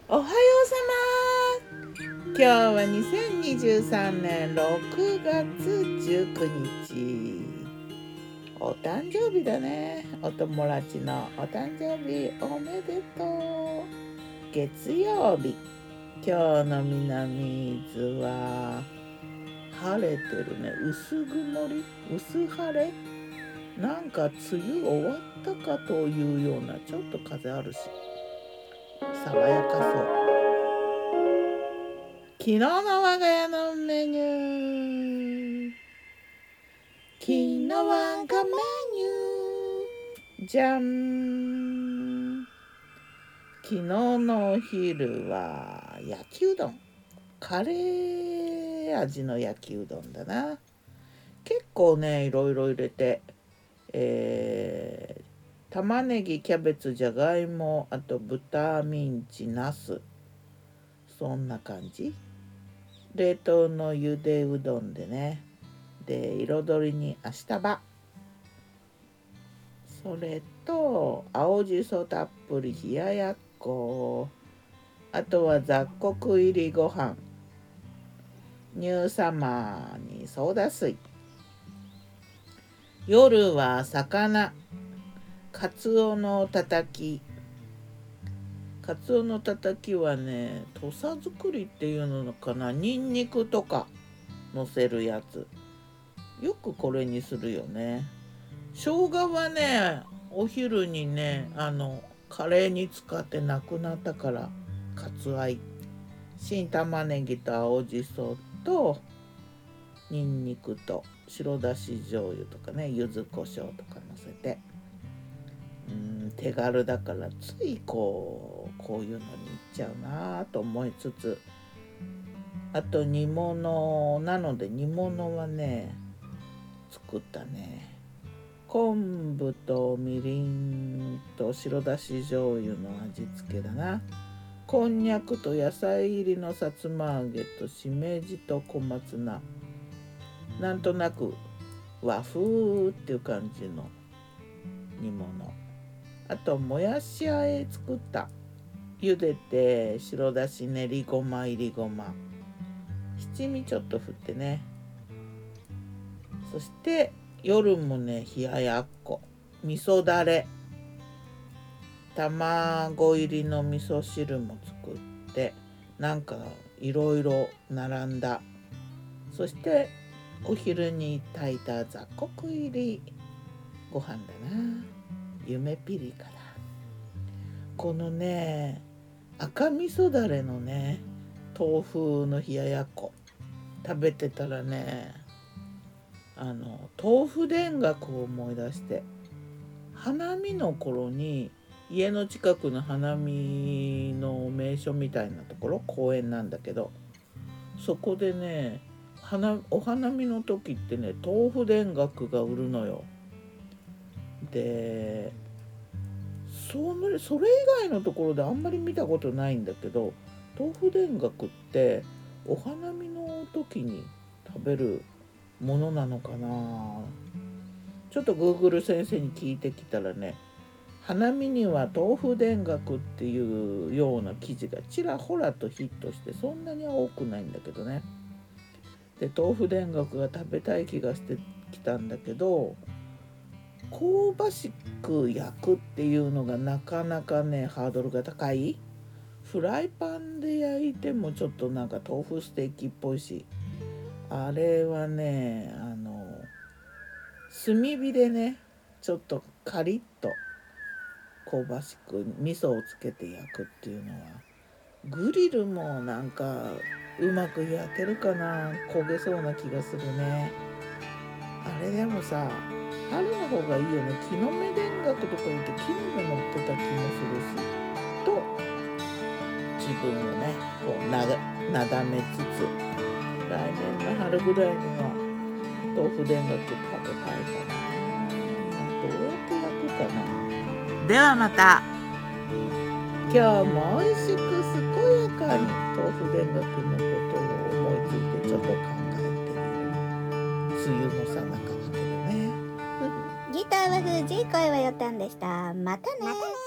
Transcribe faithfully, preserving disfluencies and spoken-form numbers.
おはようさま。今日はにせんにじゅうさんねんろくがつじゅうくにち、お誕生日だね。お友達のお誕生日おめでとう。月曜日、今日の南伊豆は晴れてるね。薄曇り、薄晴れ、なんか梅雨終わったかというような、ちょっと風あるし爽やかそう。昨日の我が家のメニュー。昨日我がメニュー。じゃん。昨日のお昼は焼きうどん。カレー味の焼きうどんだな。結構ね、いろいろ入れて、えー、玉ねぎ、キャベツ、じゃがいも、あと豚ミンチ、ナス。そんな感じ。冷凍のゆでうどんでね。で、彩りにアシタバ。それと、青じそたっぷり冷ややっこ。あとは雑穀入りご飯。乳サマーにソーダ水。夜は魚。カツオのたたき。カツオのたたきはね、土佐作りっていうのかな。ニンニクとかのせるやつ。よくこれにするよね。生姜はね、お昼にね、あのカレーに使ってなくなったから割愛。新玉ねぎと青じそとにんにくと白だし醤油とかね、柚子胡椒とかのせて、うん、手軽だからついこうこういうのにいっちゃうなと思いつつ、あと煮物なので、煮物はね作ったね。昆布とみりんと白だし醤油の味付けだな。こんにゃくと野菜入りのさつま揚げとしめじと小松菜。なんとなく和風っていう感じの煮物。あともやしあえ作った。茹でて白だし、練りごま、いりごま、七味ちょっと振ってね。そして夜もね、冷ややっこ、味噌だれ、卵入りの味噌汁も作って、なんかいろいろ並んだ。そしてお昼に炊いた雑穀入りご飯だな。夢ピリカだ。このね、赤味噌だれのね、豆腐の冷ややっこ食べてたらね、あの豆腐田楽を思い出して、花見の頃に家の近くの花見の名所みたいなところ、公園なんだけど、そこでね、花お花見の時ってね、豆腐田楽が売るのよ。でそれそれ以外のところであんまり見たことないんだけど、豆腐田楽ってお花見の時に食べるものなのかな。ちょっと Google 先生に聞いてきたらね、花見には豆腐田楽っていうような記事がちらほらとヒットして、そんなには多くないんだけどね。で、豆腐田楽が食べたい気がしてきたんだけど、香ばしく焼くっていうのがなかなかね、ハードルが高い。フライパンで焼いてもちょっとなんか豆腐ステーキっぽいし、あれはね、あの炭火でね、ちょっとカリッと香ばしく味噌をつけて焼くっていうのは、グリルもなんかうまく焼けるかな、焦げそうな気がするね。あれでもさ、春の方がいいよね。木の芽田楽とか言って木の芽乗ってた気もするし、と自分をねこうななだめつつ、来年の春ぐらいには豆腐田楽食べたいかな。どうやって焼くかな。ではまた。今日も美味しく健やかに豆腐田楽のことを思いついてちょっと考えている梅雨のさなかだけどね。 ギターは藤井、声はよたんでした。またね。